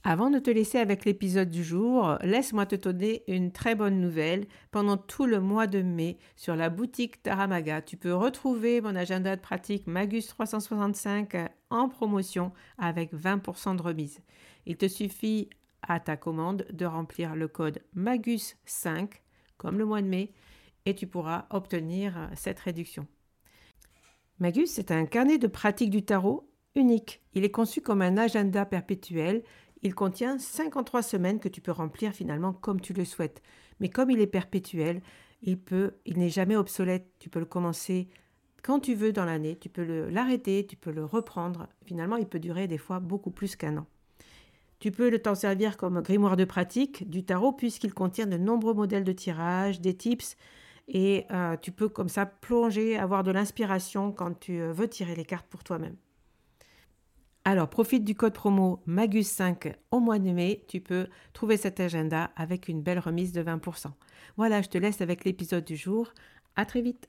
Avant de te laisser avec l'épisode du jour, laisse-moi te donner une très bonne nouvelle. Pendant tout le mois de mai, sur la boutique Taramaga, tu peux retrouver mon agenda de pratique Magus 365 en promotion avec 20% de remise. Il te suffit à ta commande de remplir le code MAGUS5, comme le mois de mai, et tu pourras obtenir cette réduction. Magus, c'est un carnet de pratique du tarot unique. Il est conçu comme un agenda perpétuel. Il contient 53 semaines que tu peux remplir finalement comme tu le souhaites. Mais comme il est perpétuel, il n'est jamais obsolète. Tu peux le commencer quand tu veux dans l'année. Tu peux l'arrêter, tu peux le reprendre. Finalement, il peut durer des fois beaucoup plus qu'un an. Tu peux t'en servir comme grimoire de pratique du tarot puisqu'il contient de nombreux modèles de tirage, des tips et tu peux comme ça plonger, avoir de l'inspiration quand tu veux tirer les cartes pour toi-même. Alors, profite du code promo MAGUS5 au mois de mai. Tu peux trouver cet agenda avec une belle remise de 20%. Voilà, je te laisse avec l'épisode du jour. À très vite.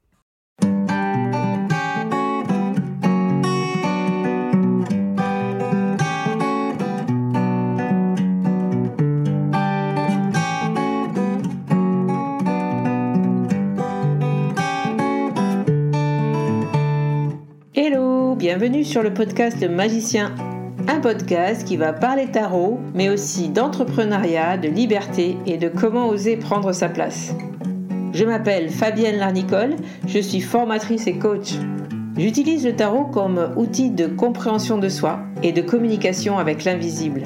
Hello, bienvenue sur le podcast Magicien. Un podcast qui va parler tarot, mais aussi d'entrepreneuriat, de liberté et de comment oser prendre sa place. Je m'appelle Fabienne Larnicole, je suis formatrice et coach. J'utilise le tarot comme outil de compréhension de soi et de communication avec l'invisible.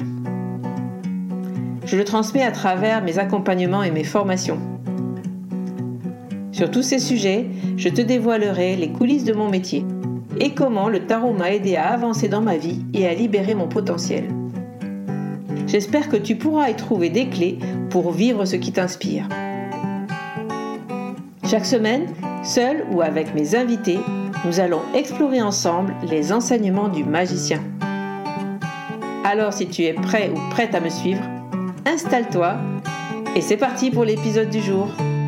Je le transmets à travers mes accompagnements et mes formations. Sur tous ces sujets, je te dévoilerai les coulisses de mon métier et comment le tarot m'a aidé à avancer dans ma vie et à libérer mon potentiel. J'espère que tu pourras y trouver des clés pour vivre ce qui t'inspire. Chaque semaine, seul ou avec mes invités, nous allons explorer ensemble les enseignements du magicien. Alors si tu es prêt ou prête à me suivre, installe-toi et c'est parti pour l'épisode du jour.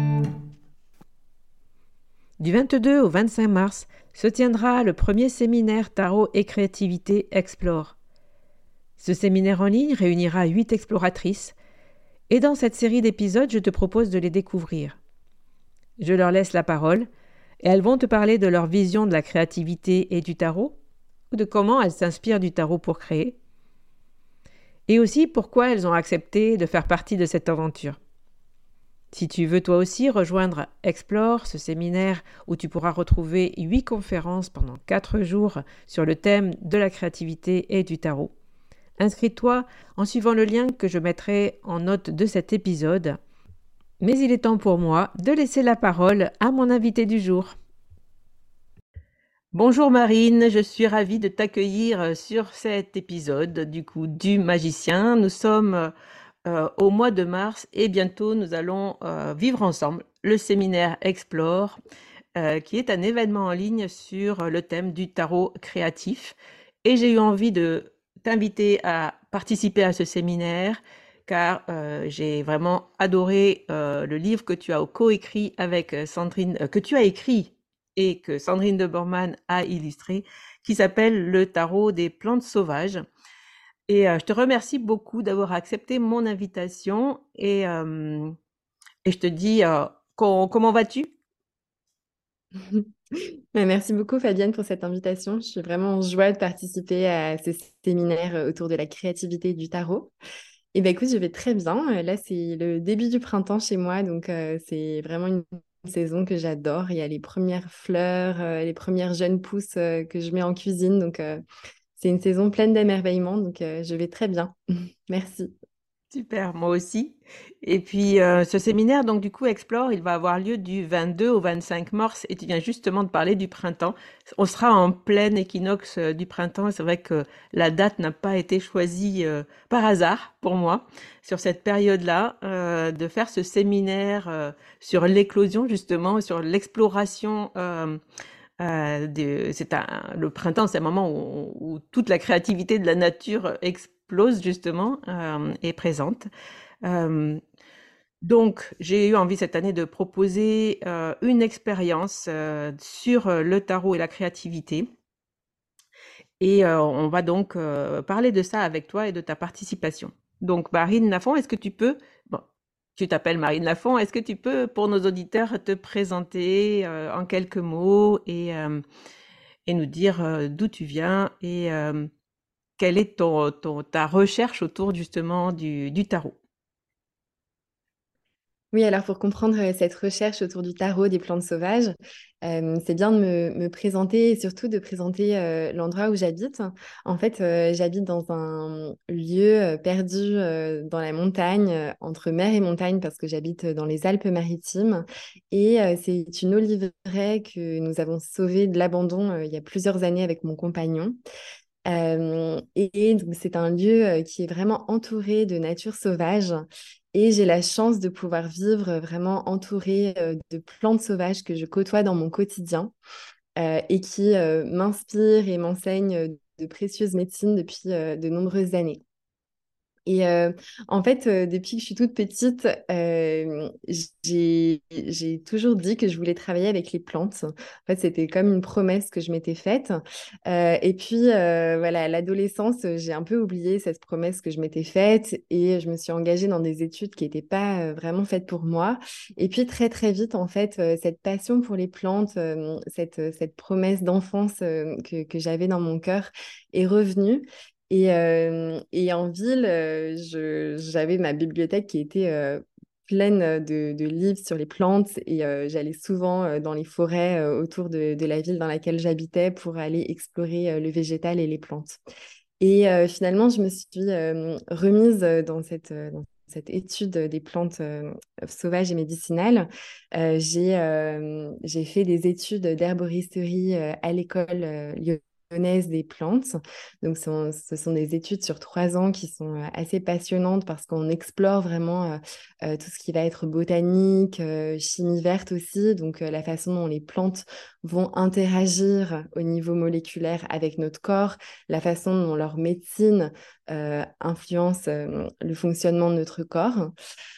Du 22 au 25 mars se tiendra le premier séminaire Tarot et Créativité Explore. Ce séminaire en ligne réunira 8 exploratrices et dans cette série d'épisodes, je te propose de les découvrir. Je leur laisse la parole et elles vont te parler de leur vision de la créativité et du tarot ou de comment elles s'inspirent du tarot pour créer et aussi pourquoi elles ont accepté de faire partie de cette aventure. Si tu veux toi aussi rejoindre Explore, ce séminaire où tu pourras retrouver 8 conférences pendant 4 jours sur le thème de la créativité et du tarot, inscris-toi en suivant le lien que je mettrai en note de cet épisode. Mais il est temps pour moi de laisser la parole à mon invité du jour. Bonjour Marine, je suis ravie de t'accueillir sur cet épisode du Magicien. Nous sommes au mois de mars et bientôt nous allons vivre ensemble le séminaire Explore qui est un événement en ligne sur le thème du tarot créatif et j'ai eu envie de t'inviter à participer à ce séminaire car j'ai vraiment adoré le livre que tu as coécrit avec Sandrine, que tu as écrit et que Sandrine de Bormann a illustré, qui s'appelle Le tarot des plantes sauvages. Et je te remercie beaucoup d'avoir accepté mon invitation et je te dis comment vas-tu? Merci beaucoup Fabienne pour cette invitation. Je suis vraiment en joie de participer à ce séminaire autour de la créativité du tarot. Et ben écoute, je vais très bien. Là, c'est le début du printemps chez moi, donc c'est vraiment une saison que j'adore. Il y a les premières fleurs, les premières jeunes pousses que je mets en cuisine, donc c'est une saison pleine d'émerveillement, donc je vais très bien. Merci. Super, moi aussi. Et puis ce séminaire, donc du coup, Explore, il va avoir lieu du 22 au 25 mars et tu viens justement de parler du printemps. On sera en plein équinoxe du printemps et c'est vrai que la date n'a pas été choisie par hasard pour moi sur cette période-là de faire ce séminaire sur l'éclosion justement, sur l'exploration. Le printemps, c'est un moment où toute la créativité de la nature explose justement, est présente. Euh, donc, j'ai eu envie cette année de proposer une expérience sur le tarot et la créativité. Et on va donc parler de ça avec toi et de ta participation. Donc, Marine Lafont, est-ce que tu peux, bon, tu t'appelles Marine Lafont, est-ce que tu peux, pour nos auditeurs, te présenter en quelques mots et nous dire d'où tu viens et quelle est ta recherche autour justement du tarot? Oui, alors pour comprendre cette recherche autour du tarot des plantes sauvages, c'est bien de me présenter et surtout de présenter l'endroit où j'habite. En fait, j'habite dans un lieu perdu dans la montagne, entre mer et montagne, parce que j'habite dans les Alpes-Maritimes. Et c'est une oliveraie que nous avons sauvée de l'abandon il y a plusieurs années avec mon compagnon. Et donc, c'est un lieu qui est vraiment entouré de nature sauvage. Et j'ai la chance de pouvoir vivre vraiment entourée de plantes sauvages que je côtoie dans mon quotidien et qui m'inspirent et m'enseignent de précieuses médecines depuis de nombreuses années. Et en fait, depuis que je suis toute petite, j'ai toujours dit que je voulais travailler avec les plantes. En fait, c'était comme une promesse que je m'étais faite. Et puis, voilà, à l'adolescence, j'ai un peu oublié cette promesse que je m'étais faite et je me suis engagée dans des études qui n'étaient pas vraiment faites pour moi. Et puis, très, très vite, en fait, cette passion pour les plantes, cette promesse d'enfance que j'avais dans mon cœur est revenue. Et en ville, j'avais ma bibliothèque qui était pleine de livres sur les plantes et j'allais souvent dans les forêts autour de la ville dans laquelle j'habitais pour aller explorer le végétal et les plantes. Et finalement, je me suis remise dans cette étude des plantes sauvages et médicinales. J'ai fait des études d'herboristerie à l'école lyonnaise des plantes. Donc, ce sont des études sur 3 ans qui sont assez passionnantes parce qu'on explore vraiment tout ce qui va être botanique, chimie verte aussi, donc la façon dont les plantes vont interagir au niveau moléculaire avec notre corps, la façon dont leur médecine influence le fonctionnement de notre corps.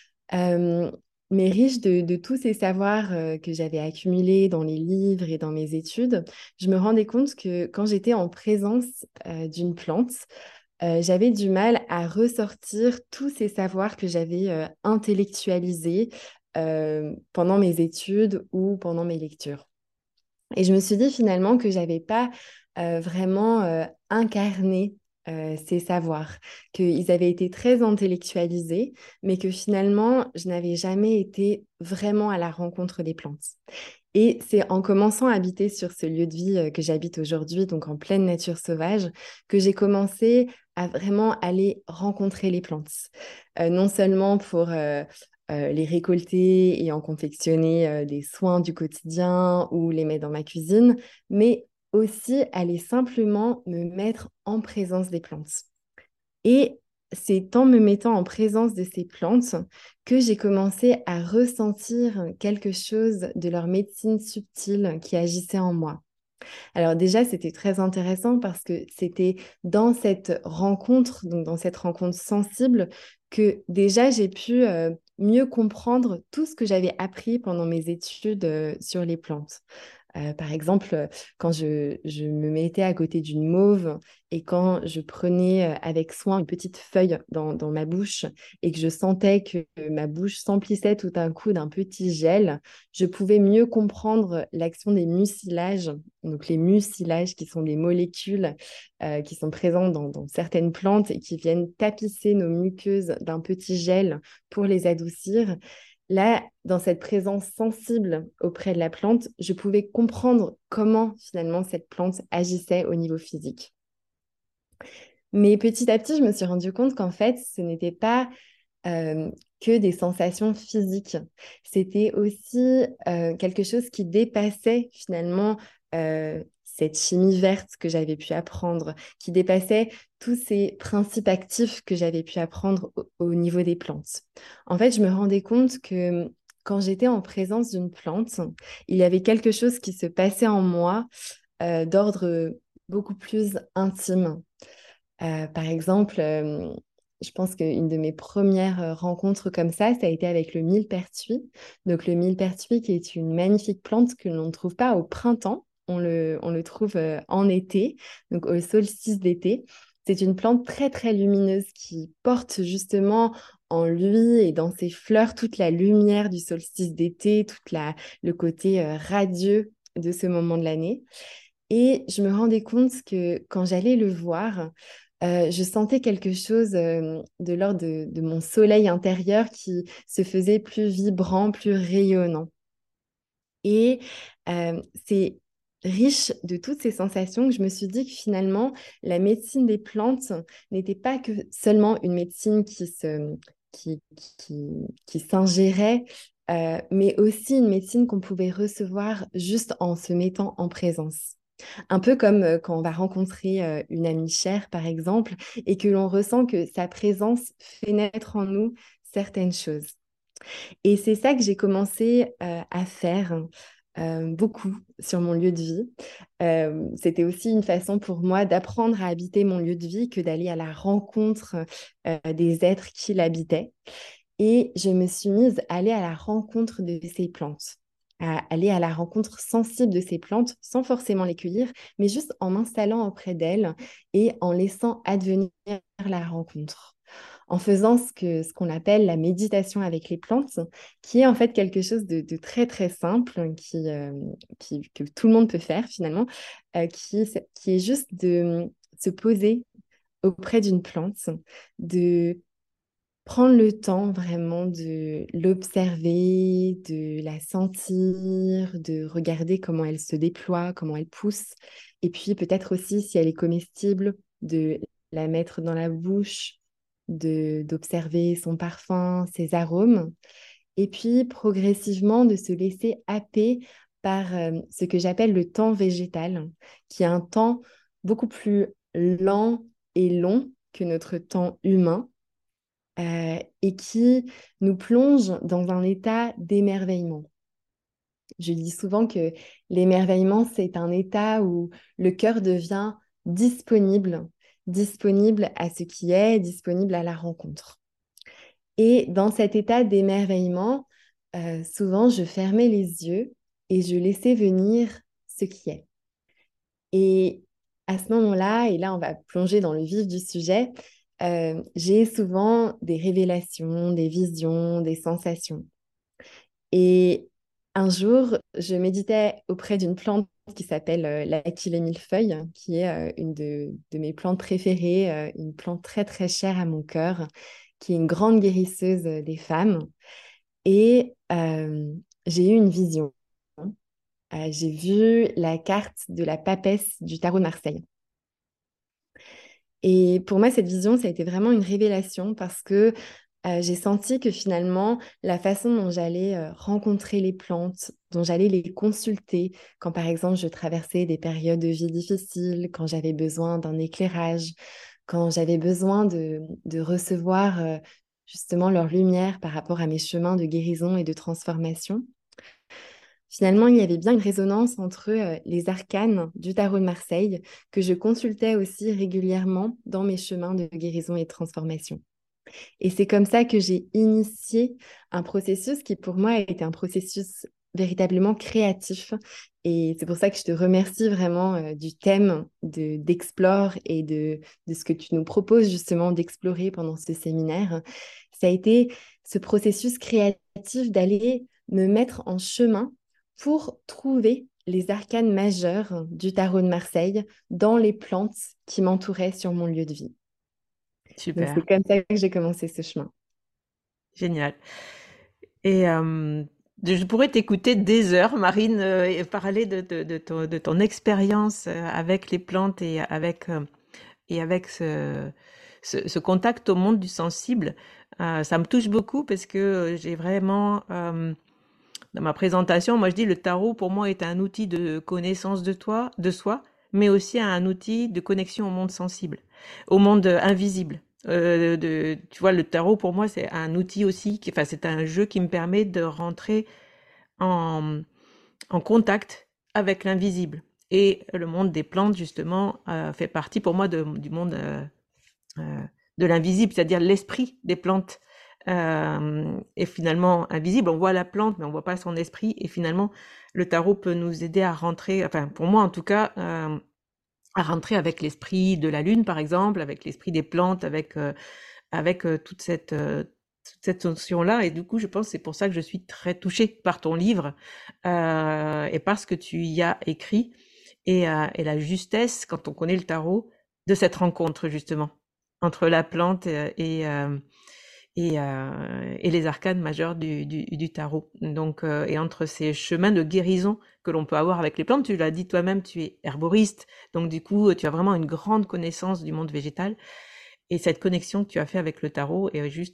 Euh, mais riche de tous ces savoirs que j'avais accumulés dans les livres et dans mes études, je me rendais compte que quand j'étais en présence d'une plante, j'avais du mal à ressortir tous ces savoirs que j'avais intellectualisés pendant mes études ou pendant mes lectures. Et je me suis dit finalement que j'avais pas vraiment incarné ces savoirs, qu'ils avaient été très intellectualisés, mais que finalement, je n'avais jamais été vraiment à la rencontre des plantes. Et c'est en commençant à habiter sur ce lieu de vie que j'habite aujourd'hui, donc en pleine nature sauvage, que j'ai commencé à vraiment aller rencontrer les plantes. Non seulement pour les récolter et en confectionner des soins du quotidien ou les mettre dans ma cuisine, mais aussi aller simplement me mettre en présence des plantes. Et c'est en me mettant en présence de ces plantes que j'ai commencé à ressentir quelque chose de leur médecine subtile qui agissait en moi. Alors déjà, c'était très intéressant parce que c'était dans cette rencontre, donc dans cette rencontre sensible, que déjà j'ai pu mieux comprendre tout ce que j'avais appris pendant mes études sur les plantes. Par exemple, quand je me mettais à côté d'une mauve et quand je prenais avec soin une petite feuille dans ma bouche et que je sentais que ma bouche s'emplissait tout d'un coup d'un petit gel, je pouvais mieux comprendre l'action des mucilages. Donc les mucilages qui sont des molécules qui sont présentes dans certaines plantes et qui viennent tapisser nos muqueuses d'un petit gel pour les adoucir. Là, dans cette présence sensible auprès de la plante, je pouvais comprendre comment finalement cette plante agissait au niveau physique. Mais petit à petit, je me suis rendu compte qu'en fait, ce n'était pas euh, que des sensations physiques. C'était aussi quelque chose qui dépassait finalement cette chimie verte que j'avais pu apprendre, qui dépassait tous ces principes actifs que j'avais pu apprendre au niveau des plantes. En fait, je me rendais compte que quand j'étais en présence d'une plante, il y avait quelque chose qui se passait en moi d'ordre beaucoup plus intime. Par exemple, je pense qu'une de mes premières rencontres comme ça a été avec le millepertuis. Donc le millepertuis qui est une magnifique plante que l'on ne trouve pas au printemps. on le trouve en été, donc au solstice d'été. C'est une plante très, très lumineuse qui porte justement en lui et dans ses fleurs toute la lumière du solstice d'été, le côté radieux de ce moment de l'année. Et je me rendais compte que quand j'allais le voir, je sentais quelque chose de l'ordre de mon soleil intérieur qui se faisait plus vibrant, plus rayonnant. Et c'est riche de toutes ces sensations que je me suis dit que finalement, la médecine des plantes n'était pas que seulement une médecine qui, qui s'ingérait, mais aussi une médecine qu'on pouvait recevoir juste en se mettant en présence. Un peu comme quand on va rencontrer une amie chère, par exemple, et que l'on ressent que sa présence fait naître en nous certaines choses. Et c'est ça que j'ai commencé à faire beaucoup sur mon lieu de vie. C'était aussi une façon pour moi d'apprendre à habiter mon lieu de vie que d'aller à la rencontre des êtres qui l'habitaient. Et je me suis mise à aller à la rencontre de ces plantes, à aller à la rencontre sensible de ces plantes sans forcément les cueillir, mais juste en m'installant auprès d'elles et en laissant advenir la rencontre. En faisant ce qu'on appelle la méditation avec les plantes, qui est en fait quelque chose de très très simple, que tout le monde peut faire finalement, qui est juste de se poser auprès d'une plante, de prendre le temps vraiment de l'observer, de la sentir, de regarder comment elle se déploie, comment elle pousse. Et puis peut-être aussi si elle est comestible, de la mettre dans la bouche, d'observer son parfum, ses arômes. Et puis progressivement de se laisser happer par ce que j'appelle le temps végétal, qui est un temps beaucoup plus lent et long que notre temps humain et qui nous plonge dans un état d'émerveillement. Je dis souvent que l'émerveillement, c'est un état où le cœur devient disponible, disponible à ce qui est, disponible à la rencontre. Et dans cet état d'émerveillement, souvent, je fermais les yeux et je laissais venir ce qui est. Et à ce moment-là, et là, on va plonger dans le vif du sujet, j'ai souvent des révélations, des visions, des sensations. Et un jour, je méditais auprès d'une plante qui s'appelle l'Achillée millefeuille, qui est une de mes plantes préférées, une plante très très chère à mon cœur, qui est une grande guérisseuse des femmes. Et j'ai eu une vision. J'ai vu la carte de la papesse du tarot de Marseille. Et pour moi, cette vision, ça a été vraiment une révélation parce que j'ai senti que finalement, la façon dont j'allais rencontrer les plantes, dont j'allais les consulter, quand par exemple je traversais des périodes de vie difficiles, quand j'avais besoin d'un éclairage, quand j'avais besoin de recevoir justement leur lumière par rapport à mes chemins de guérison et de transformation. Finalement, il y avait bien une résonance entre les arcanes du tarot de Marseille que je consultais aussi régulièrement dans mes chemins de guérison et de transformation. Et c'est comme ça que j'ai initié un processus qui pour moi a été un processus véritablement créatif. Et c'est pour ça que je te remercie vraiment du thème d'Explore et de ce que tu nous proposes justement d'explorer pendant ce séminaire. Ça a été ce processus créatif d'aller me mettre en chemin pour trouver les arcanes majeures du tarot de Marseille dans les plantes qui m'entouraient sur mon lieu de vie. Donc, Super, c'est comme ça que j'ai commencé ce chemin. génial. Et je pourrais t'écouter des heures, Marine, et parler de ton expérience avec les plantes et avec ce contact au monde du sensible. Ça me touche beaucoup parce que j'ai vraiment, dans ma présentation, moi je dis le tarot pour moi est un outil de connaissance de soi, mais aussi un outil de connexion au monde sensible, au monde invisible. Tu vois, le tarot pour moi c'est un outil aussi, enfin c'est un jeu qui me permet de rentrer en, en contact avec l'invisible. Et le monde des plantes justement fait partie pour moi du monde de l'invisible, c'est-à-dire l'esprit des plantes est finalement invisible. On voit la plante, mais on voit pas son esprit. Et finalement, le tarot peut nous aider à rentrer, enfin pour moi en tout cas, à rentrer avec l'esprit de la lune, par exemple, avec l'esprit des plantes, avec toute cette notion-là. Et du coup, je pense que c'est pour ça que je suis très touchée par ton livre et par ce que tu y as écrit et la justesse, quand on connaît le tarot, de cette rencontre justement entre la plante et les arcanes majeures du tarot. Donc, et entre ces chemins de guérison que l'on peut avoir avec les plantes, tu l'as dit toi-même, tu es herboriste, donc du coup, tu as vraiment une grande connaissance du monde végétal. Et cette connexion que tu as fait avec le tarot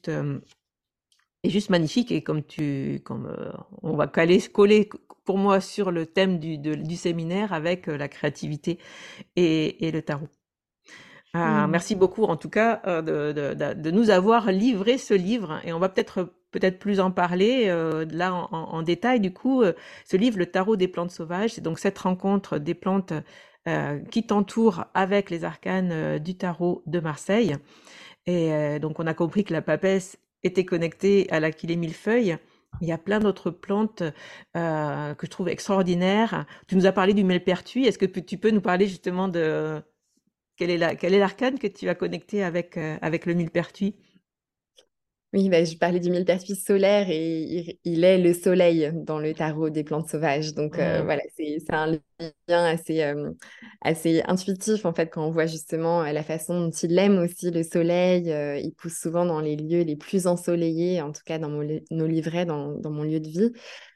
est juste magnifique. Et on va coller pour moi sur le thème du séminaire avec la créativité et le tarot. Mm. Merci beaucoup en tout cas de nous avoir livré ce livre et on va peut-être plus en parler là en détail du coup. Ce livre, Le Tarot des plantes sauvages, c'est donc cette rencontre des plantes qui t'entourent avec les arcanes du tarot de Marseille. Et donc on a compris que la papesse était connectée à l'Aquilée millefeuille. Il y a plein d'autres plantes que je trouve extraordinaires. Tu nous as parlé du millepertuis. Est-ce que tu peux nous parler justement de quel est l'arcane que tu as connecté avec le millepertuis? Oui, bah, je parlais du millepertuis solaire et il est le soleil dans le tarot des plantes sauvages. Donc Mmh. voilà, c'est un lien assez intuitif en fait quand on voit justement la façon dont il aime aussi le soleil. Il pousse souvent dans les lieux les plus ensoleillés, en tout cas dans nos livrets, dans mon lieu de vie.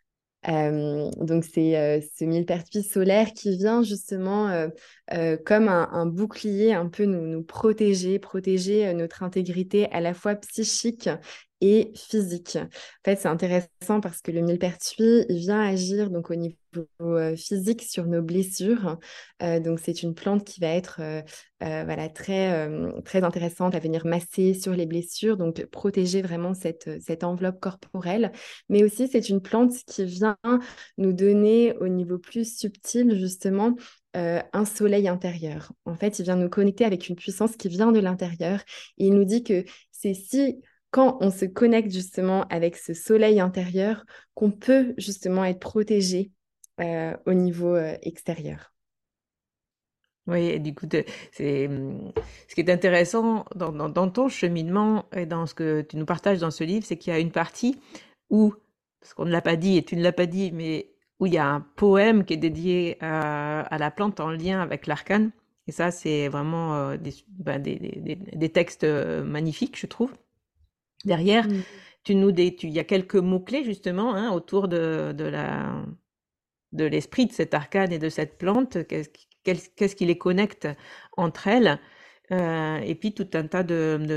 Donc c'est ce millepertuis solaire qui vient justement comme un bouclier un peu nous protéger notre intégrité à la fois psychique et physique. En fait, c'est intéressant parce que le millepertuis, il vient agir donc au niveau physique sur nos blessures. Donc c'est une plante qui va être voilà, très intéressante à venir masser sur les blessures, donc protéger vraiment cette enveloppe corporelle. Mais aussi, c'est une plante qui vient nous donner au niveau plus subtil, justement, un soleil intérieur. En fait, il vient nous connecter avec une puissance qui vient de l'intérieur. Et il nous dit que c'est si, quand on se connecte justement avec ce soleil intérieur, qu'on peut justement être protégé au niveau extérieur. Oui, et du coup, ce qui est intéressant dans ton cheminement et dans ce que tu nous partages dans ce livre, c'est qu'il y a une partie où, parce qu'on ne l'a pas dit et tu ne l'as pas dit, mais où il y a un poème qui est dédié à la plante en lien avec l'arcane. Et ça, c'est vraiment des textes magnifiques, je trouve. Derrière, Mm. il y a quelques mots-clés justement hein, autour de l'esprit de cette arcane et de cette plante, qu'est-ce qui les connecte entre elles, et puis tout un tas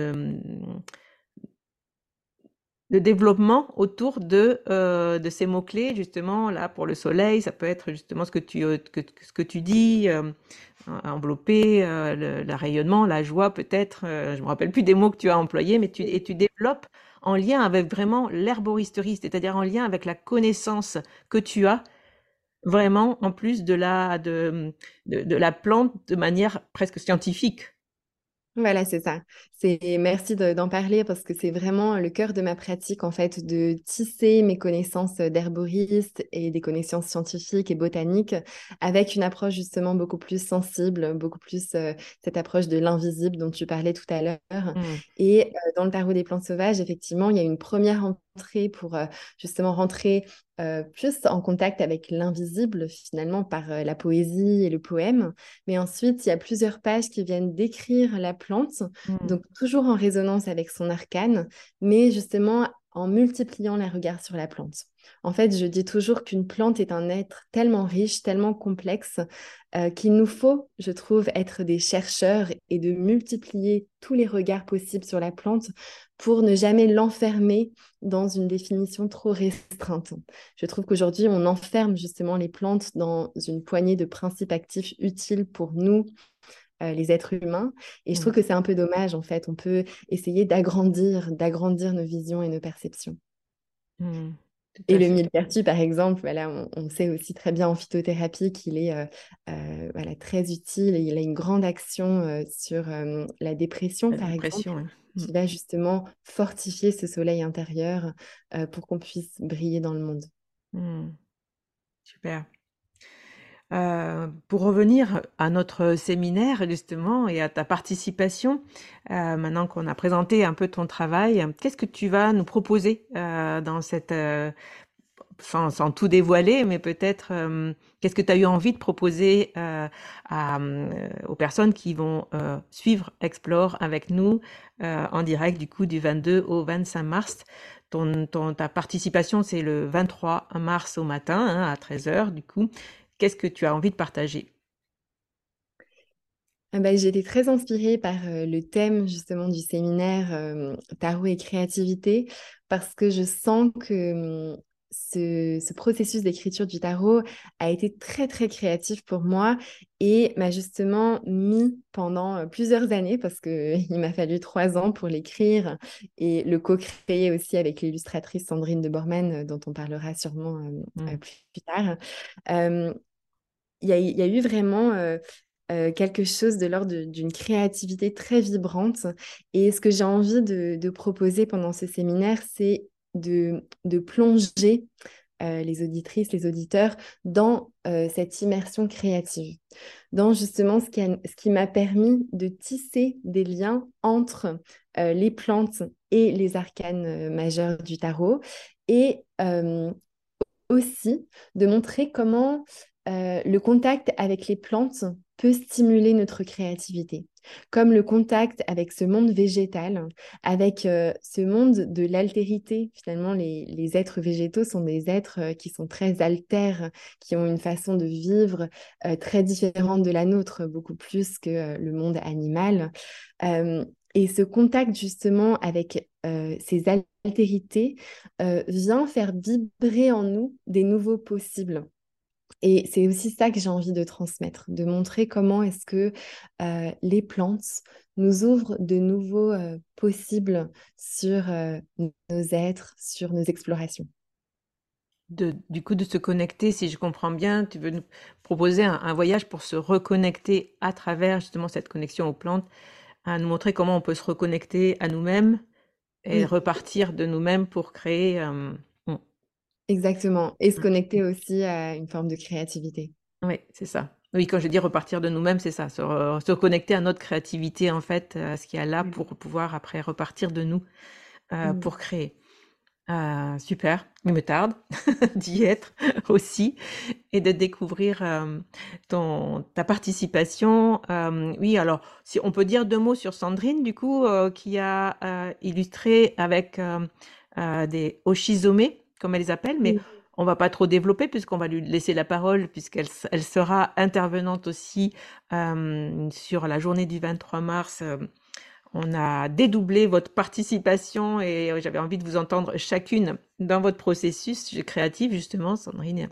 de développement autour de ces mots-clés, justement, là, pour le soleil, ça peut être justement ce que tu dis, envelopper, le rayonnement, la joie, peut-être, je me rappelle plus des mots que tu as employés, mais tu développes en lien avec vraiment l'herboristerie, c'est-à-dire en lien avec la connaissance que tu as vraiment, en plus de la plante de manière presque scientifique. Voilà, c'est ça. Merci d'en parler parce que c'est vraiment le cœur de ma pratique, en fait, de tisser mes connaissances d'herboriste et des connaissances scientifiques et botaniques avec une approche justement beaucoup plus sensible, beaucoup plus cette approche de l'invisible dont tu parlais tout à l'heure. Mmh. Et dans le tarot des plantes sauvages, effectivement, il y a une première entrée pour justement rentrer plus en contact avec l'invisible finalement par la poésie et le poème. Mais ensuite, il y a plusieurs pages qui viennent décrire la plante, Mmh. donc toujours en résonance avec son arcane, mais justement en multipliant les regards sur la plante. En fait, je dis toujours qu'une plante est un être tellement riche, tellement complexe, qu'il nous faut, je trouve, être des chercheurs et de multiplier tous les regards possibles sur la plante pour ne jamais l'enfermer dans une définition trop restreinte. Je trouve qu'aujourd'hui, on enferme justement les plantes dans une poignée de principes actifs utiles pour nous, les êtres humains. Et je trouve Mmh. que c'est un peu dommage, en fait. On peut essayer d'agrandir nos visions et nos perceptions. Mmh. Tout Et à le fait. millepertuis, par exemple, voilà, on sait aussi très bien en phytothérapie qu'il est voilà, très utile et il a une grande action sur la dépression, La par dépression, exemple. ouais. qui va justement fortifier ce soleil intérieur pour qu'on puisse briller dans le monde. Hmm. Super. Pour revenir à notre séminaire justement et à ta participation, maintenant qu'on a présenté un peu ton travail, qu'est-ce que tu vas nous proposer dans cette, sans tout dévoiler, mais peut-être qu'est-ce que tu as eu envie de proposer aux personnes qui vont suivre Explore avec nous en direct du coup du 22 au 25 mars. Ta participation, c'est le 23 mars au matin à 13 heures du coup. Qu'est-ce que tu as envie de partager? Ah bah, j'ai été très inspirée par le thème justement du séminaire Tarot et créativité parce que je sens que ce processus d'écriture du tarot a été très très créatif pour moi et m'a justement mis pendant plusieurs années parce qu'il m'a fallu 3 ans pour l'écrire et le co-créer aussi avec l'illustratrice Sandrine de Bormann dont on parlera sûrement Mm. plus tard. Euh, il y a eu vraiment quelque chose de l'ordre d'une créativité très vibrante. Et ce que j'ai envie de proposer pendant ce séminaire, c'est de plonger les auditrices, les auditeurs dans cette immersion créative, dans justement ce qui m'a permis de tisser des liens entre les plantes et les arcanes majeurs du tarot et aussi de montrer comment le contact avec les plantes peut stimuler notre créativité, comme le contact avec ce monde végétal, avec ce monde de l'altérité. Finalement, les êtres végétaux sont des êtres qui sont très altères, qui ont une façon de vivre très différente de la nôtre, beaucoup plus que le monde animal. Euh, et ce contact justement avec ces altérités vient faire vibrer en nous des nouveaux possibles. Et c'est aussi ça que j'ai envie de transmettre, de montrer comment est-ce que les plantes nous ouvrent de nouveaux possibles sur nos êtres, sur nos explorations. Du coup, de se connecter, si je comprends bien, tu veux nous proposer un voyage pour se reconnecter à travers justement cette connexion aux plantes, à nous montrer comment on peut se reconnecter à nous-mêmes et Oui, repartir de nous-mêmes pour créer. exactement. Et se Mm. connecter aussi à une forme de créativité. Oui, c'est ça. Oui, quand je dis repartir de nous-mêmes, c'est ça, se reconnecter à notre créativité, en fait, à ce qu'il y a là Oui. pour pouvoir après repartir de nous Mm. pour créer. Super, il me tarde d'y être aussi et de découvrir ta participation. Oui, alors, si on peut dire 2 mots sur Sandrine, du coup, qui a illustré avec des oshizome, comme elle les appelle, mais Oui. on va pas trop développer puisqu'on va lui laisser la parole, puisqu'elle sera intervenante aussi sur la journée du 23 mars. On a dédoublé votre participation et j'avais envie de vous entendre chacune dans votre processus créatif, justement. Sandrine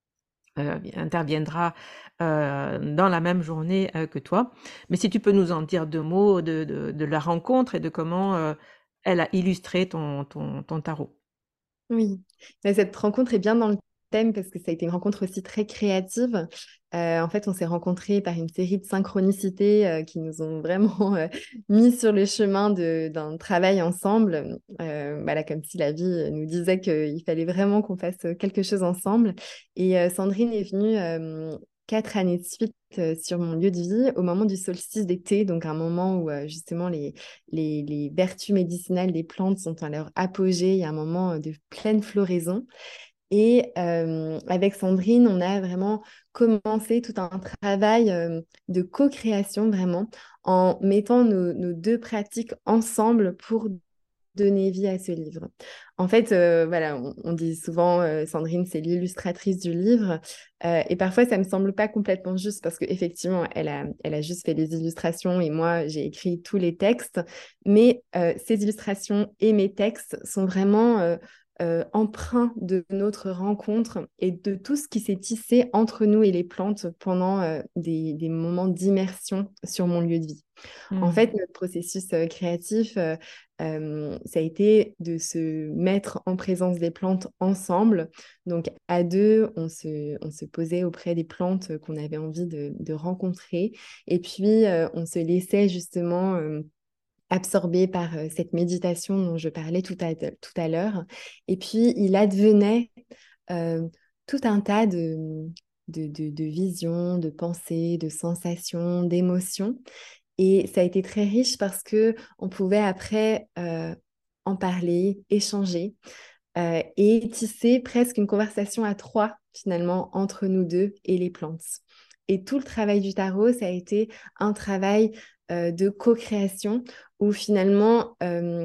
interviendra dans la même journée que toi. Mais si tu peux nous en dire 2 mots de la rencontre et de comment elle a illustré ton tarot. Oui, mais cette rencontre est bien dans le thème parce que ça a été une rencontre aussi très créative. En fait, on s'est rencontrés par une série de synchronicités qui nous ont vraiment mis sur le chemin d'un travail ensemble. Voilà, comme si la vie nous disait qu'il fallait vraiment qu'on fasse quelque chose ensemble. Et Sandrine est venue 4 années de suite sur mon lieu de vie au moment du solstice d'été, donc un moment où justement les vertus médicinales des plantes sont à leur apogée, il y a un moment de pleine floraison. Et avec Sandrine, on a vraiment commencé tout un travail de co-création vraiment en mettant nos deux pratiques ensemble pour donner vie à ce livre. En fait, voilà, on dit souvent Sandrine, c'est l'illustratrice du livre. Et parfois, ça me semble pas complètement juste parce qu'effectivement, elle a juste fait les illustrations et moi, j'ai écrit tous les textes. Mais ces illustrations et mes textes sont vraiment empreints de notre rencontre et de tout ce qui s'est tissé entre nous et les plantes pendant des moments d'immersion sur mon lieu de vie. En Hmm. fait, notre processus créatif, ça a été de se mettre en présence des plantes ensemble. Donc, à deux, on se posait auprès des plantes qu'on avait envie de rencontrer. Et puis, on se laissait justement absorbé par cette méditation dont je parlais tout à l'heure. Et puis, il advenait euh, tout un tas de visions, de pensées, de sensations, d'émotions. Et ça a été très riche parce que on pouvait après en parler, échanger et tisser presque une conversation à trois finalement entre nous deux et les plantes. Et tout le travail du tarot, ça a été un travail de co-création où finalement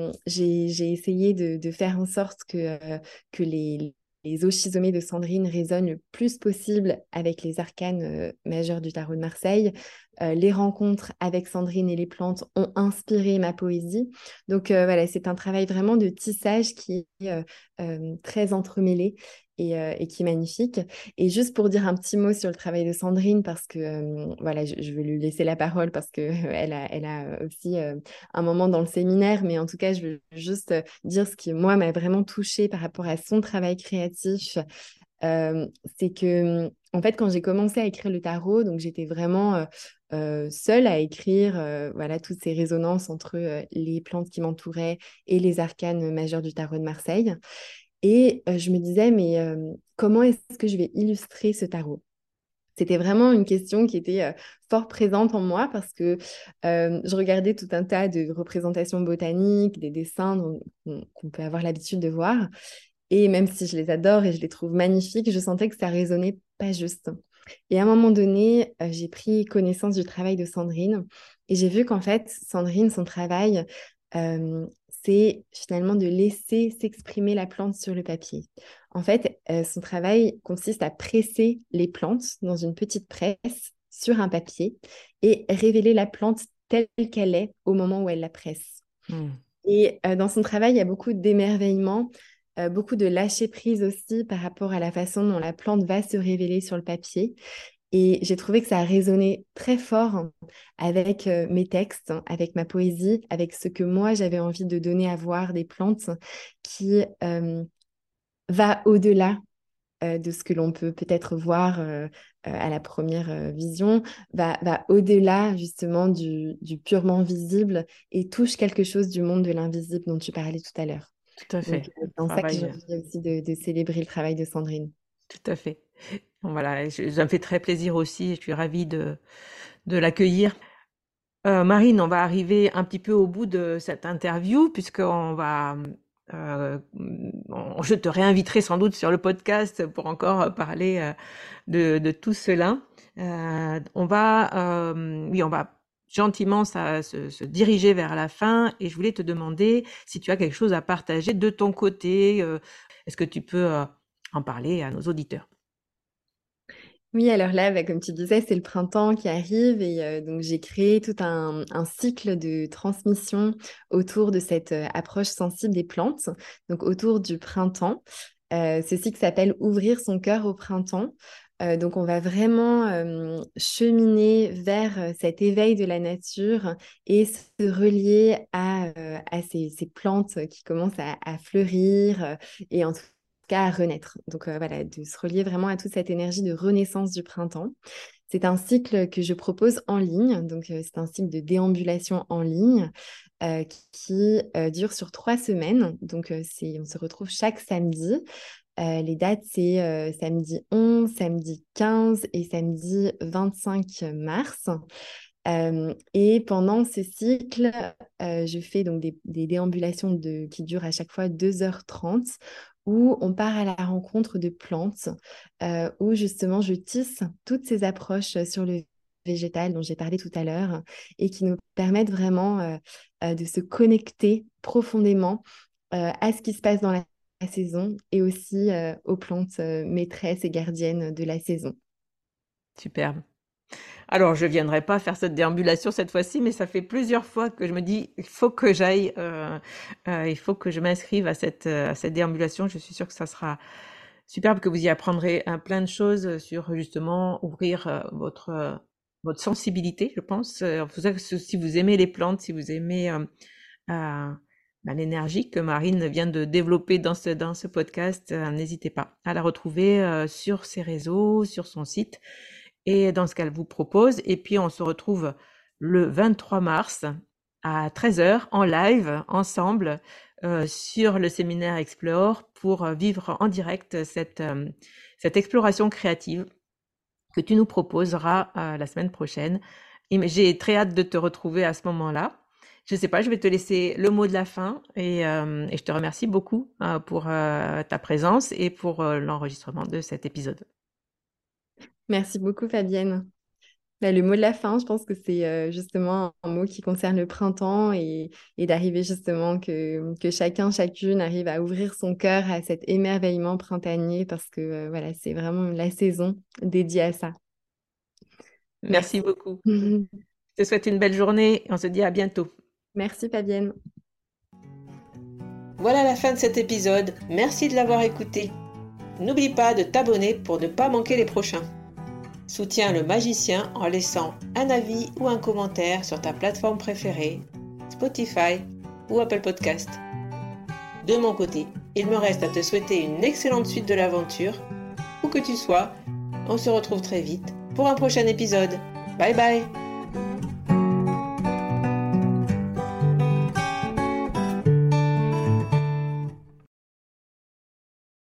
j'ai essayé de faire en sorte que les oshizomé de Sandrine résonnent le plus possible avec les arcanes majeurs du tarot de Marseille. Les rencontres avec Sandrine et les plantes ont inspiré ma poésie. Donc voilà, c'est un travail vraiment de tissage qui est très entremêlé et qui est magnifique. Et juste pour dire un petit mot sur le travail de Sandrine, parce que voilà, je vais lui laisser la parole parce que elle a aussi un moment dans le séminaire, mais en tout cas, je veux juste dire ce qui, moi, m'a vraiment touchée par rapport à son travail créatif. Euh, c'est que, en fait, quand j'ai commencé à écrire le tarot, donc j'étais vraiment seule à écrire voilà, toutes ces résonances entre les plantes qui m'entouraient et les arcanes majeurs du tarot de Marseille. Et je me disais, mais comment est-ce que je vais illustrer ce tarot? C'était vraiment une question qui était fort présente en moi parce que je regardais tout un tas de représentations botaniques, des dessins qu'on peut avoir l'habitude de voir. Et même si je les adore et je les trouve magnifiques, je sentais que ça résonnait pas juste. Et à un moment donné, j'ai pris connaissance du travail de Sandrine et j'ai vu qu'en fait, Sandrine, son travail, euh, c'est finalement de laisser s'exprimer la plante sur le papier. En fait, son travail consiste à presser les plantes dans une petite presse sur un papier et révéler la plante telle qu'elle est au moment où elle la presse. Hmm. Et dans son travail, il y a beaucoup d'émerveillement, beaucoup de lâcher prise aussi par rapport à la façon dont la plante va se révéler sur le papier. Et j'ai trouvé que ça a résonné très fort avec mes textes, avec ma poésie, avec ce que moi j'avais envie de donner à voir des plantes qui va au-delà de ce que l'on peut peut-être voir à la première vision, va au-delà justement du purement visible et touche quelque chose du monde de l'invisible dont tu parlais tout à l'heure. Tout à Donc, fait. c'est en ça que j'ai Travail, envie aussi de célébrer le travail de Sandrine. tout à fait. Bon, voilà, ça me fait très plaisir aussi. Je suis ravie de l'accueillir. Marine, on va arriver un petit peu au bout de cette interview puisqu'on va, je te réinviterai sans doute sur le podcast pour encore parler de tout cela. Oui, on va gentiment se diriger vers la fin et je voulais te demander si tu as quelque chose à partager de ton côté. Est-ce que tu peux en parler à nos auditeurs? Oui, alors là, comme tu disais, c'est le printemps qui arrive et donc j'ai créé tout un cycle de transmission autour de cette approche sensible des plantes, donc autour du printemps. Ce cycle s'appelle Ouvrir son cœur au printemps. Donc on va vraiment cheminer vers cet éveil de la nature et se relier à ces plantes qui commencent à fleurir et en tout cas à renaître. Donc voilà, de se relier vraiment à toute cette énergie de renaissance du printemps. C'est un cycle que je propose en ligne, donc c'est un cycle de déambulation en ligne qui dure sur 3 semaines. Donc on se retrouve chaque samedi. Les dates, c'est samedi 11, samedi 15 et samedi 25 mars. Et pendant ce cycle, je fais donc des déambulations qui durent à chaque fois 2h30 où on part à la rencontre de plantes, où justement je tisse toutes ces approches sur le végétal dont j'ai parlé tout à l'heure et qui nous permettent vraiment de se connecter profondément à ce qui se passe dans la saison et aussi aux plantes maîtresses et gardiennes de la saison. Superbe. Alors, je viendrai pas faire cette déambulation cette fois-ci, mais ça fait plusieurs fois que je me dis, il faut que j'aille, il faut que je m'inscrive à cette déambulation. Je suis sûre que ça sera superbe, que vous y apprendrez plein de choses sur justement ouvrir votre sensibilité, je pense. Pour ça que si vous aimez les plantes, si vous aimez l'énergie que Marine vient de développer dans ce podcast, n'hésitez pas à la retrouver sur ses réseaux, sur son site et dans ce qu'elle vous propose. Et puis, on se retrouve le 23 mars à 13h en live ensemble sur le séminaire Explore pour vivre en direct cette exploration créative que tu nous proposeras la semaine prochaine. Et j'ai très hâte de te retrouver à ce moment-là. Je ne sais pas, je vais te laisser le mot de la fin et je te remercie beaucoup pour ta présence et pour l'enregistrement de cet épisode. Merci beaucoup, Fabienne. Bah, le mot de la fin, je pense que c'est justement un mot qui concerne le printemps et d'arriver justement que chacun, chacune arrive à ouvrir son cœur à cet émerveillement printanier parce que voilà, c'est vraiment la saison dédiée à ça. Merci Merci. beaucoup. Je te souhaite une belle journée et on se dit à bientôt. Merci, Fabienne. Voilà la fin de cet épisode. Merci de l'avoir écouté. N'oublie pas de t'abonner pour ne pas manquer les prochains. Soutiens le magicien en laissant un avis ou un commentaire sur ta plateforme préférée, Spotify ou Apple Podcast. De mon côté, il me reste à te souhaiter une excellente suite de l'aventure. Où que tu sois, on se retrouve très vite pour un prochain épisode. Bye bye!